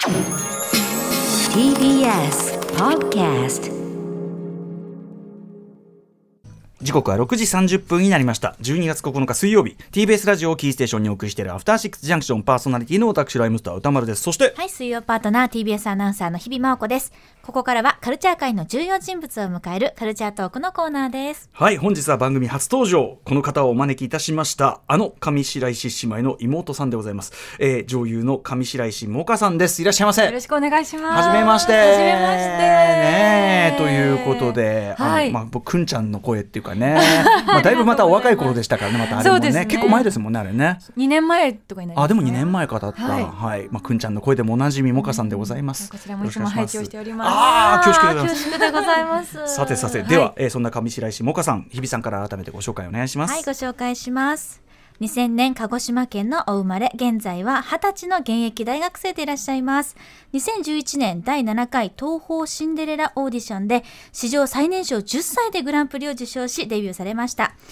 TBS Podcast。 時刻は6時30分になりました。12月9日水曜日、 TBS ラジオをキーステーションにお送りしているアフターシックスジャンクション、パーソナリティの私ライムスター歌丸です。そしてはい、水曜パートナー TBS アナウンサーの日々真央子です。ここからはカルチャー界の重要人物を迎えるカルチャートークのコーナーです。 はい、本日は番組初登場、この方をお招きいたしました。上白石姉妹の妹さんでございます。女優の上白石萌歌さんです。いらっしゃいませ。 よろしくお願いします。 はじめまして。 はじめましてねということで、 はい、 僕くんちゃんの声っていうかねだいぶまたお若い頃でしたからね。またあれも ね結構前ですもんね、あれね。 2年前とかになりますね。 でも2年前からだった。はい、くんちゃんの声でもおなじみ萌歌さんでございます。 こちらもいつも拝聴しております。 恐縮でございます。 恐縮でございますさて、では、そんな上白石萌歌さん、日比さんから改めてご紹介お願いします。 はい、ご紹介します。2000年鹿児島県のお生まれ、現在は20歳の現役大学生でいらっしゃいます。2011年第7回東宝シンデレラオーディションで史上最年少10歳でグランプリを受賞しデビューされました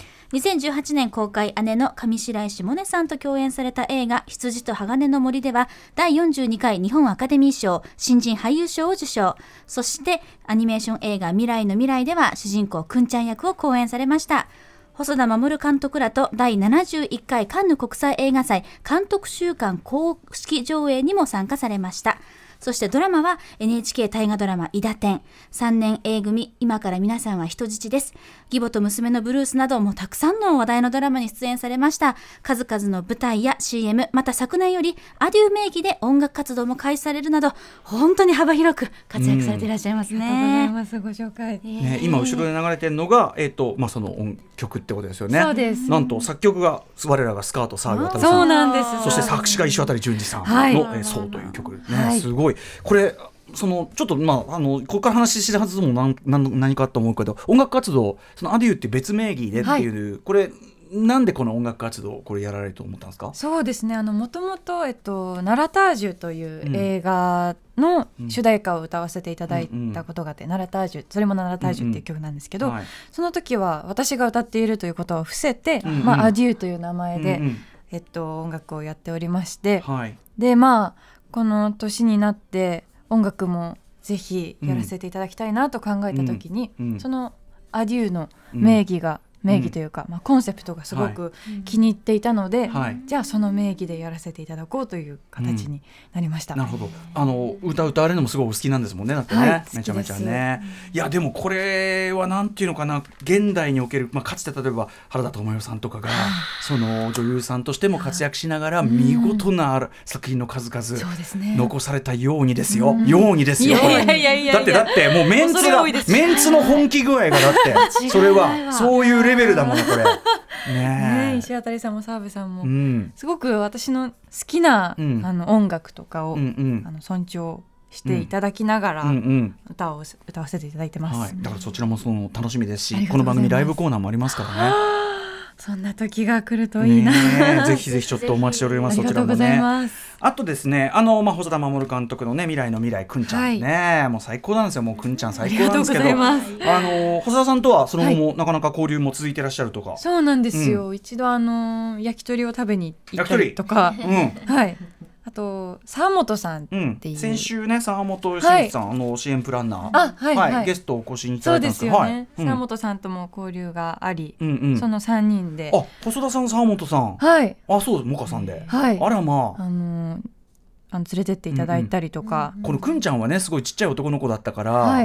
。2018年公開、姉の上白石萌音さんと共演された映画羊と鋼の森では第42回日本アカデミー賞新人俳優賞を受賞。そしてアニメーション映画未来の未来では主人公くんちゃん役を好演されました。細田守監督らと第71回カンヌ国際映画祭監督週間公式上映にも参加されました。そしてドラマは NHK 大河ドラマイダテン、3年 A 組、今から皆さんは人質です、義母と娘のブルースなどもたくさんの話題のドラマに出演されました。数々の舞台や CM、 また昨年よりアデュー名義で音楽活動も開始されるなど本当に幅広く活躍されていらっしゃいますね。 ありがとうございます。ご紹介、 今後ろで流れてるのが、その音曲ってことですよね。 そうです。 なんと作曲が我らがスカート澤部渡さん、 そうなんです。 そして作詞が石渡淳二さんのそうという曲ね、 はい、 すごいこれちょっとここから話しはずも何かと思うけど、音楽活動そのアデューって別名義でっていう、これなんでこの音楽活動をこれやられると思ったんですか？ そうですね、もともとナラタージュという映画の主題歌を歌わせていただいたことがあって、ナラタージュ、それもナラタージュっていう曲なんですけど、その時は私が歌っているということを伏せて、アデューという名前で、音楽をやっておりまして、でこの年になって音楽もぜひやらせていただきたいなと考えた時に、そのアデューの名義というか、コンセプトがすごく気に入っていたので、じゃあその名義でやらせていただこうという形になりました。 なるほど。歌われるのもすごいお好きなんですもんね。だってね、めちゃめちゃね。いやでもこれはなんていうのかな、現代における、かつて例えば原田知世さんとかがその女優さんとしても活躍しながら見事な作品の数々残されたようにですよ、ようにですよ。だってもうメンツの本気具合がだってそれはそういうレベルだもんこれね。 石渡さんも澤部さんも、すごく私の好きな、音楽とかを、尊重していただきながら、歌わせていただいてます。 だからそちらも楽しみですし、この番組ライブコーナーもありますからね。 そんな時が来るといいな、 ぜひぜひちょっとお待ちしております。そちらもね。あとですね、細田守監督のね、未来の未来、くんちゃんね、もう最高なんですよ。もうくんちゃん最高なんですけど、細田さんとはその後もなかなか交流も続いてらっしゃるとか。 そうなんですよ。一度焼き鳥を食べに行ったりとか、あと沢本さんっていう、 先週ね、沢本慎一さん、支援プランナー、ゲストをお越しにいただいたんですけど、 沢本さんとも交流があり、その3人で、 細田さん、沢本さん、そう、萌歌さんで、あら連れてっていただいたりとか、 このくんちゃんはねすごいちっちゃい男の子だったから、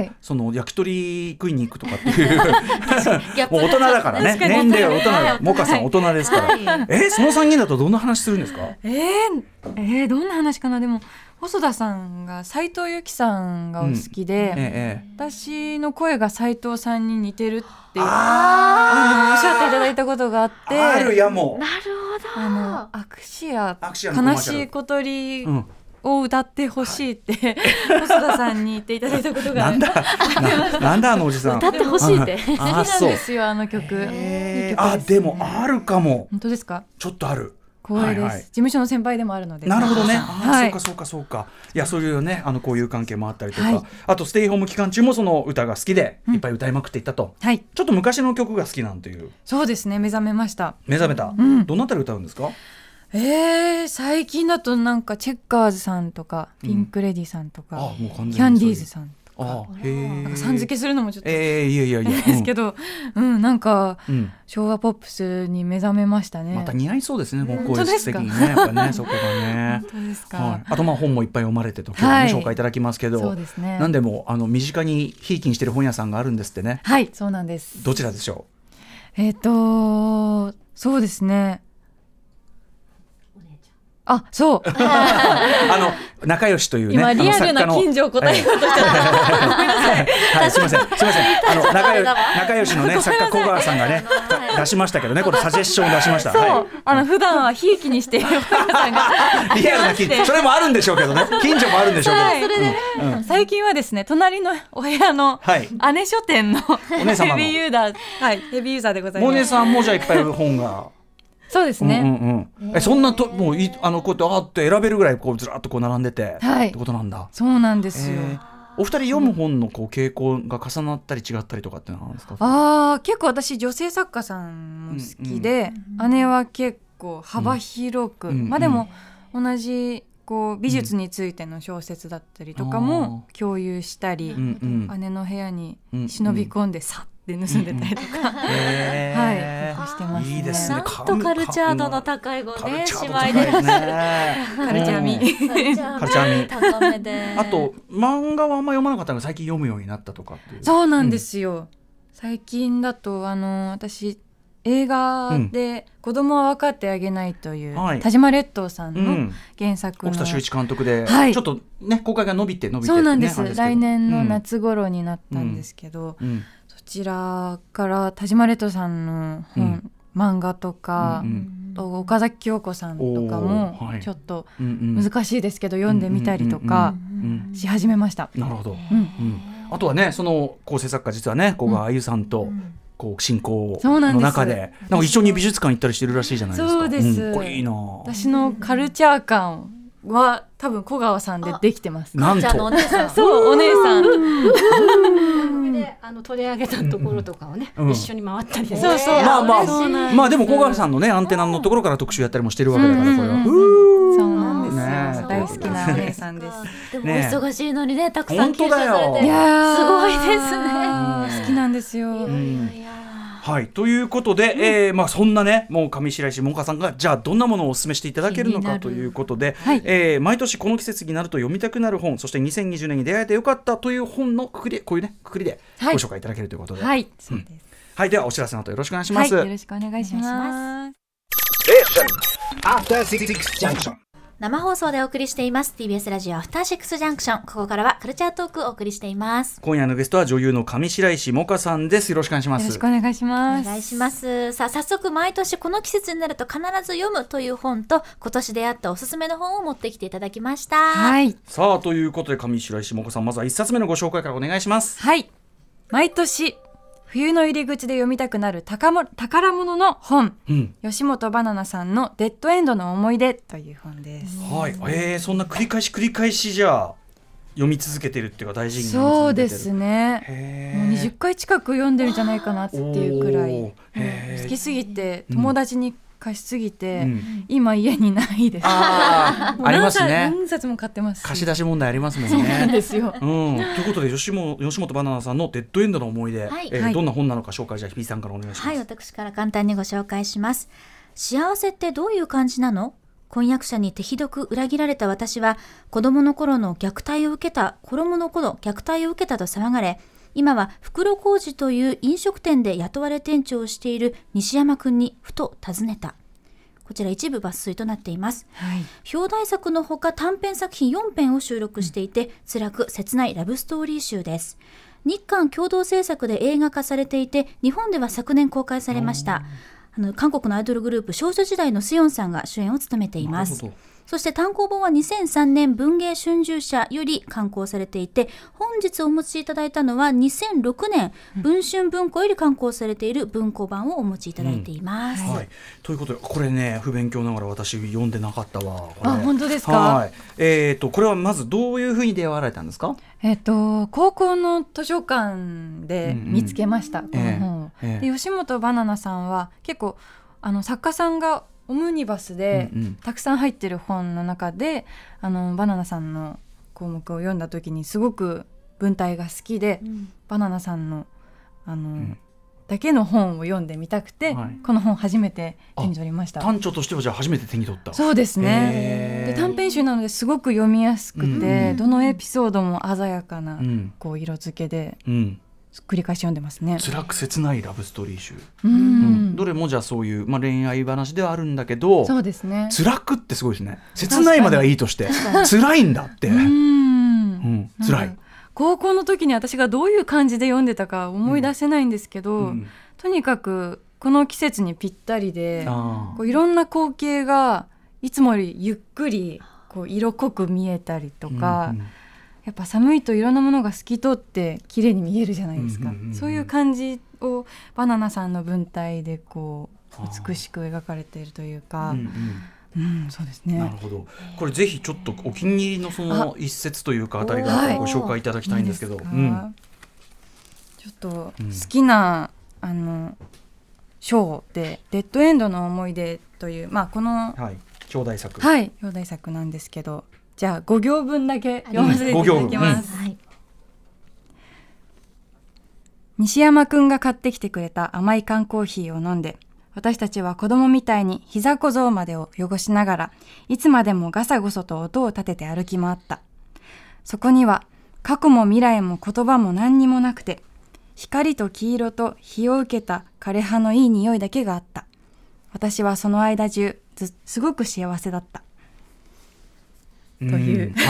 その焼き鳥食いに行くとかっていうもう大人だからね、年齢は大人だ、萌歌さん大人ですから、その3人だとどんな話するんですか？ どんな話かな。でも細田さんが斉藤由貴さんがお好きで、私の声が斉藤さんに似てるっておっしゃっていただいたことがあって、 あるやもなるほど、 アクシア悲しい小鳥を歌ってほしいって細田さんに言っていただいたことがある。 なんだあのおじさん、 歌ってほしいって好きなんですよ、あの曲。 でもあるかも。 本当ですか？ ちょっとある。 光栄です、事務所の先輩でもあるので。 なるほどね。そうか。いや、そういうね、交友関係もあったりとか、あとステイホーム期間中もその歌が好きでいっぱい歌いまくっていったと、ちょっと昔の曲が好きなんていう。 そうですね、目覚めました。 目覚めた、どんなあたり歌うんですか？ 最近だとなんかチェッカーズさんとか、ピンクレディさんとか、 もう完全にキャンディーズさんとか、 なんかさん付けするのもちょっといやですけど、なんか昭和ポップスに目覚めましたね。 また似合いそうですね、もうこういう本当ですか素敵にね、やっぱねそこがね。 本当ですか。 あと本もいっぱい読まれてと今日も紹介いただきますけど、 そうですね。 何でも身近にひいきにしてる本屋さんがあるんですってね。 はい、そうなんです。 どちらでしょう。そうですね。そう仲良しというね、 今リアルな近所を答えようとしてた。ごめんなさい。 はい、すみません仲良しのね作家小川さんがね出しましたけどね、これサジェッションを出しました。 そう、普段はひいきにしている本屋さんがリアルな近所、それもあるんでしょうけどね、近所もあるんでしょうけど、 それで最近はですね、隣のお部屋の姉書店のヘビーユーザー、ヘビーユーザーでございます。 モネさんもじゃあいっぱい本がそうですね。 そんなともうこうやって選べるぐらいこうずらっとこう並んでて、ってことなんだ。 そうなんですよ。 お二人読む本のこう傾向が重なったり違ったりとかってのはあるんですか？ 結構私女性作家さんも好きで、姉は結構幅広く、でも同じこう美術についての小説だったりとかも共有したり、姉の部屋に忍び込んでさって盗んでたりとか、してますね。 いいですね。 なんとカルチャー度の高い子ね、姉妹で。 カルチャー味。 高めで。 あと漫画はあんま読まなかったのが最近読むようになったとかっていう。 そうなんですよ。最近だと私映画で子供は分かってあげないという、田島列島さんの原作の沖田修一監督で、ちょっとね公開が伸びてそうなんです。来年の夏頃になったんですけど、そちらから田島列島さんの本、漫画とか、岡崎京子さんとかもちょっと難しいですけど読んでみたりとかし始めました。 なるほど。あとはね、その構成作家実はね古賀あゆさんとこう進行の中でなんか一緒に美術館行ったりしてるらしいじゃないですか。 そうです。 これいいな。 私のカルチャー感は多分小川さんでできてます。 なんとお姉さん。 そう、お姉さんで取り上げたところとかをね、一緒に回ったり。 そう。 まあでも小川さんのねアンテナのところから特集やったりもしてるわけだからこれは。 そうなんです。大好きなお姉さんです。 でもお忙しいのにね、たくさん吸収されて、 すごいですね。 好きなんですよ。 はい、ということで、そんなねもう上白石萌歌さんがじゃあどんなものをお勧めしていただけるのかということで、毎年この季節になると読みたくなる本、そして2020年に出会えてよかったという本のくくり、こういうねくくりでご紹介いただけるということで、 そうです。 はい、ではお知らせの後よろしくお願いします。 よろしくお願いします。 生放送でお送りしています TBS ラジオアフターシックスジャンクション。ここからはカルチャートークをお送りしています。 今夜のゲストは女優の上白石萌歌さんです。よろしくお願いします。 よろしくお願いします。 お願いします。さあ早速毎年この季節になると必ず読むという本と今年出会ったおすすめの本を持ってきていただきました。 さあということで上白石萌歌さん、まずは1冊目のご紹介からお願いします。 毎年冬の入り口で読みたくなる宝物の本、吉本ばななさんのデッドエンドの思い出という本です。 そんな繰り返しじゃあ読み続けてるっていうか大事にそうですね。もう20回近く読んでるんじゃないかなっていうくらい好きすぎて、友達に貸しすぎて、今家にないです。 ありますね。 何冊も買ってます。 貸し出し問題ありますもんね。 そうなんですよ。 ということで吉本ばななさんのデッドエンドの思い出、どんな本なのか紹介、じゃあ日比さんからお願いします。 私から簡単にご紹介します。幸せってどういう感じなの？婚約者に手ひどく裏切られた私は子供の頃の虐待を受けたと騒がれ、今は袋小路という飲食店で雇われ店長をしている西山くんにふと尋ねた。こちら一部抜粋となっています。表題作のほか短編作品4編を収録していて、辛く切ないラブストーリー集です。日韓共同制作で映画化されていて、日本では昨年公開されました。韓国のアイドルグループ少女時代のスヨンさんが主演を務めています。そして単行本は2003年文芸春秋社より刊行されていて、本日お持ちいただいたのは2006年文春文庫より刊行されている文庫版をお持ちいただいています。 ということでこれね不勉強ながら私読んでなかったわ。 本当ですか？ これはまずどういうふうに出会われたんですか？ 高校の図書館で見つけました、この本を。で吉本ばななさんは結構作家さんがオムニバスでたくさん入ってる本の中で、バナナさんの項目を読んだ時にすごく文体が好きで、バナナさんのだけの本を読んでみたくて、この本初めて手に取りました。 短調としてはじゃあ初めて手に取った。 そうですね。で短編集なのですごく読みやすくて、どのエピソードも鮮やかなこう色付けで繰り返し読んでますね。 辛く切ないラブストーリー集、どれもじゃあそういう、恋愛話ではあるんだけど、 そうですね、 辛くってすごいですね。切ないまではいいとして辛いんだって、辛い。 高校の時に私がどういう感じで読んでたか思い出せないんですけど、とにかくこの季節にぴったりで、こういろんな光景がいつもよりゆっくりこう色濃く見えたりとか、やっぱ寒いといろんなものが透き通って綺麗に見えるじゃないですか。そういう感じをバナナさんの文体でこう美しく描かれているというか、そうですね。 なるほど。これぜひちょっとお気に入りのその一節というかあたりがご紹介いただきたいんですけど、ちょっと好きな章でデッドエンドの思い出という、この表題作、 表題作なんですけど、じゃあ5行分だけ読ませていただきます。西山くんが買ってきてくれた甘い缶コーヒーを飲んで、私たちは子供みたいに膝小僧までを汚しながら、いつまでもガサゴソと音を立てて歩き回った。そこには過去も未来も言葉も何にもなくて、光と黄色と日を受けた枯葉のいい匂いだけがあった。私はその間中すごく幸せだった。という、こ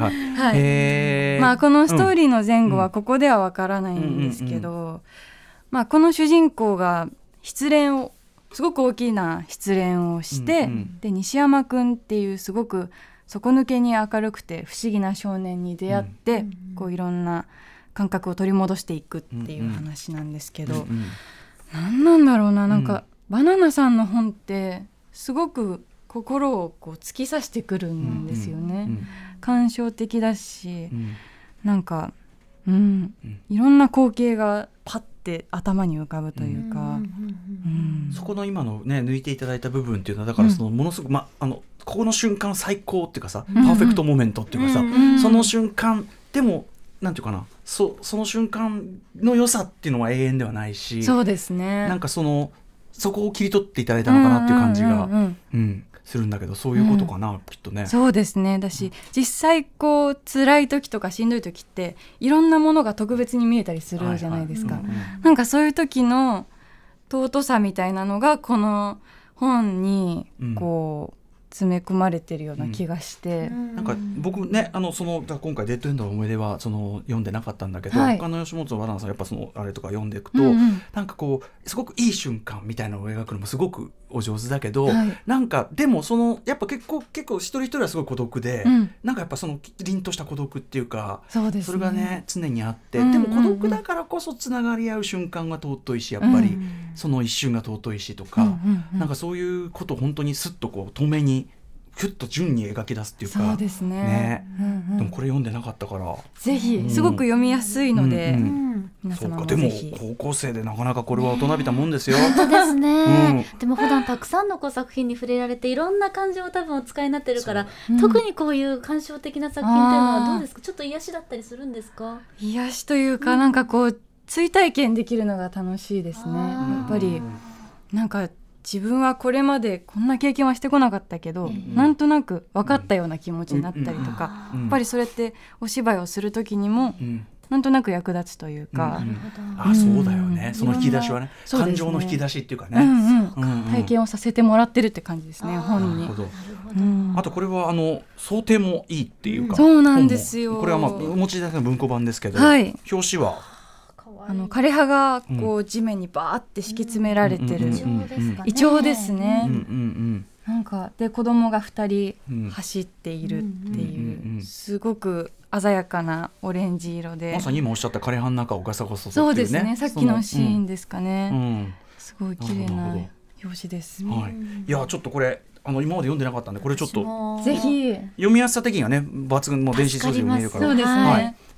のストーリーの前後はここではわからないんですけど、この主人公が失恋をすごく大きな失恋をして、で西山くんっていうすごく底抜けに明るくて不思議な少年に出会って、こういろんな感覚を取り戻していくっていう話なんですけど、何なんだろうな、なんかバナナさんの本ってすごく心をこう突き刺してくるんですよね。感傷的だし、なんか、いろんな光景がパッて頭に浮かぶというか、 そこの今のね抜いていただいた部分っていうのはだからそのものすごく、ここの瞬間最高っていうかさ、パーフェクトモメントっていうかさ、その瞬間でもなんていうかな、その瞬間の良さっていうのは永遠ではないし、 そうですね、 なんかそこを切り取っていただいたのかなっていう感じがするんだけど、そういうことかな、きっとね。 そうですね。だし、実際こう辛い時とかしんどい時っていろんなものが特別に見えたりするじゃないですか。なんかそういう時の尊さみたいなのがこの本にこう詰め込まれてるような気がして、 なんか僕ね今回デッドエンドの思い出は読んでなかったんだけど、他の吉本のバナナさんやっぱあれとか読んでいくと、なんかこうすごくいい瞬間みたいなのを描くのもすごくお上手だけど、なんかでもやっぱ結構一人一人はすごい孤独で、なんかやっぱ凛とした孤独っていうか、それがね常にあって、でも孤独だからこそつながり合う瞬間が尊いし、やっぱりその一瞬が尊いしとか、なんかそういうことを本当にスッとこう透明にふっと順に描き出すっていうか、 そうですね。 でもこれ読んでなかったからぜひ、すごく読みやすいので、皆様もぜひ。 でも高校生でなかなかこれは大人びたもんですよ。 本当ですね。でも普段たくさんの作品に触れられていろんな感情を多分お使いになってるから、特にこういう感傷的な作品っていうのはどうですか？ちょっと癒しだったりするんですか？ 癒しというか、なんかこう追体験できるのが楽しいですね。やっぱりなんか自分はこれまでこんな経験はしてこなかったけど、なんとなく分かったような気持ちになったりとか、やっぱりそれってお芝居をする時にもなんとなく役立つというか、 そうだよね。その引き出しはね、感情の引き出しっていうかね、 体験をさせてもらってるって感じですね、本に。 あとこれは想定もいいっていうか、 そうなんですよ。 これはお持ちいただいた文庫版ですけど、表紙は枯葉がこう地面にバーって敷き詰められてるイチョウですね。なんかで子供が2人走っているっていう、すごく鮮やかなオレンジ色で、 まさに今おっしゃった枯葉の中をガサゴソとっていうね。 そうですね、さっきのシーンですかね。すごい綺麗な表紙です。 いやちょっとこれ今まで読んでなかったんで、これちょっとぜひ読みやすさ的にはね抜群、もう電子書籍も見えるから、 そうですね。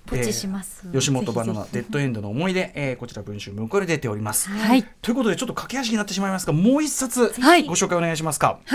ポチします、 吉本バナナデッドエンドの思い出、こちら文春文庫で出ております、 はい、 ということでちょっと駆け足になってしまいますが、もう一冊、 はい、 ご紹介お願いしますか。 はい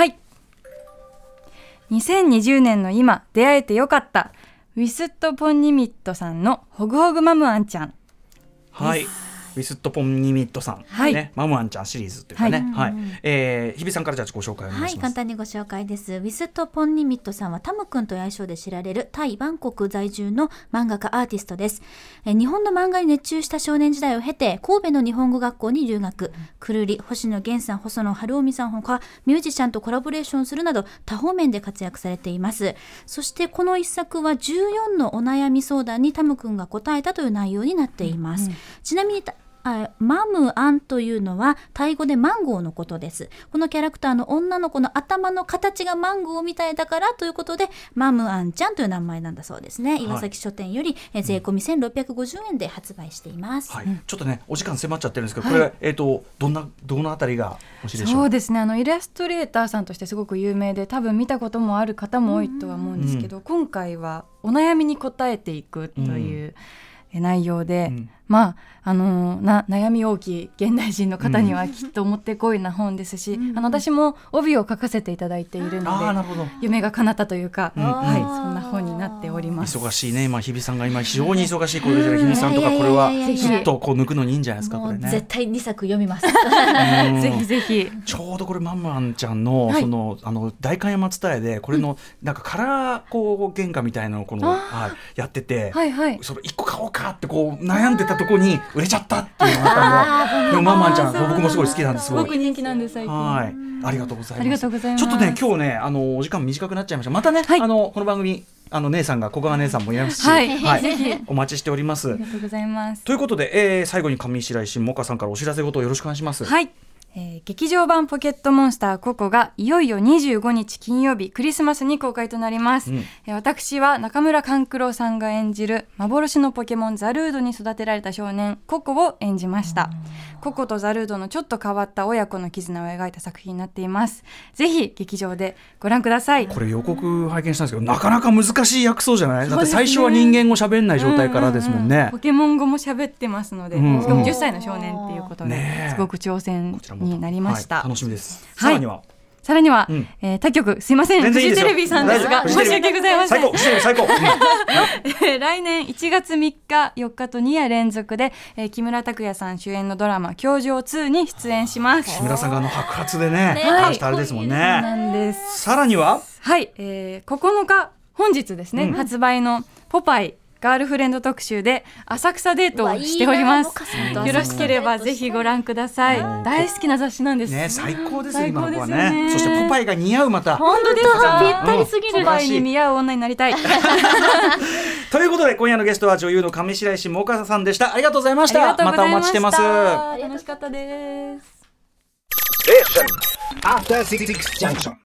、2020年の今出会えてよかったウィスット・ポンニミットさんのホグホグマムアンちゃん。 はい、ウィスット・ポンニミットさん、 はいね、マムアンちゃんシリーズというかね、はい、日比さんからじゃあご紹介お願いします。 はい、簡単にご紹介です。ウィスット・ポンニミットさんはタム君という愛称で知られるタイ・バンコク在住の漫画家アーティストです。日本の漫画に熱中した少年時代を経て神戸の日本語学校に留学、くるり、星野源さん、細野晴臣さんほかミュージシャンとコラボレーションするなど多方面で活躍されています。そしてこの一作は14のお悩み相談にタム君が答えたという内容になっています、ちなみにマムアンというのはタイ語でマンゴーのことです。このキャラクターの女の子の頭の形がマンゴーみたいだからということでマムアンちゃんという名前なんだそうですね、はい、岩崎書店より税込み1650円で発売しています、 はい、ちょっとねお時間迫っちゃってるんですけど、これ、はい、どのあたりが欲しいでしょう。 そうですね、イラストレーターさんとしてすごく有名で多分見たこともある方も多いとは思うんですけど、今回はお悩みに答えていくという、内容で、悩み大きい現代人の方にはきっともってこいな本ですし、私も帯を書かせていただいているので夢が叶ったというか、はい、そんな本になっております。 忙しいね、日比さんが今非常に忙しい頃で、日比さんとかこれはずっとこう抜くのにいいんじゃないですか。これね、 絶対2作読みますぜひぜひ。 ちょうどこれマムアンちゃんの、はい、代官山蔦屋でこれのなんかカラーこう原画みたいなのをやってて、 はいはい、 それ1個買おうかってこう悩んでたところに売れちゃったっていうのがあったんで、でもマムアンちゃん僕もすごい好きなんです。 すごく人気なんです最近。 はい、ありがとうございます。 ありがとうございます。 ちょっとね今日ねお時間短くなっちゃいました。またね、はい、この番組姉さんが小川姉さんもいますし、 はいはい、ぜひお待ちしております。 ありがとうございます。 ということで、最後に上白石萌歌さんからお知らせ事をよろしくお願いします。 はい、劇場版ポケットモンスターココがいよいよ25日金曜日クリスマスに公開となります、私は中村勘九郎さんが演じる幻のポケモンザルードに育てられた少年ココを演じました。ココとザルードのちょっと変わった親子の絆を描いた作品になっています。ぜひ劇場でご覧ください。 これ予告拝見したんですけどなかなか難しい役そうじゃない。だって最初は人間語喋んない状態からですもんね、 ポケモン語も喋ってますので、しかも10歳の少年っていうことで、すごく挑戦になりました、 はい、楽しみです、 はい、さらには、他局すいません、フジテレビさんですが申し訳ございません。 最高来年1月3日4日と2夜連続で、木村拓哉さん主演のドラマ教場2に出演します。 木村さんが白髪でね、あれですもんね。 なんです。 さらにははい、9日本日ですね、発売のポパイガールフレンド特集で浅草デートをしております。よろしければぜひご覧ください。大好きな雑誌なんですね。 最高ですよ今の子はね。そしてポパイが似合うまた。 本当ですか。 ぴったりすぎる。 ポパイに見合う女になりたい。 ということで今夜のゲストは女優の上白石萌歌さんでした。ありがとうございました。またお待ちしてます。 楽しかったです。 After 66 junction.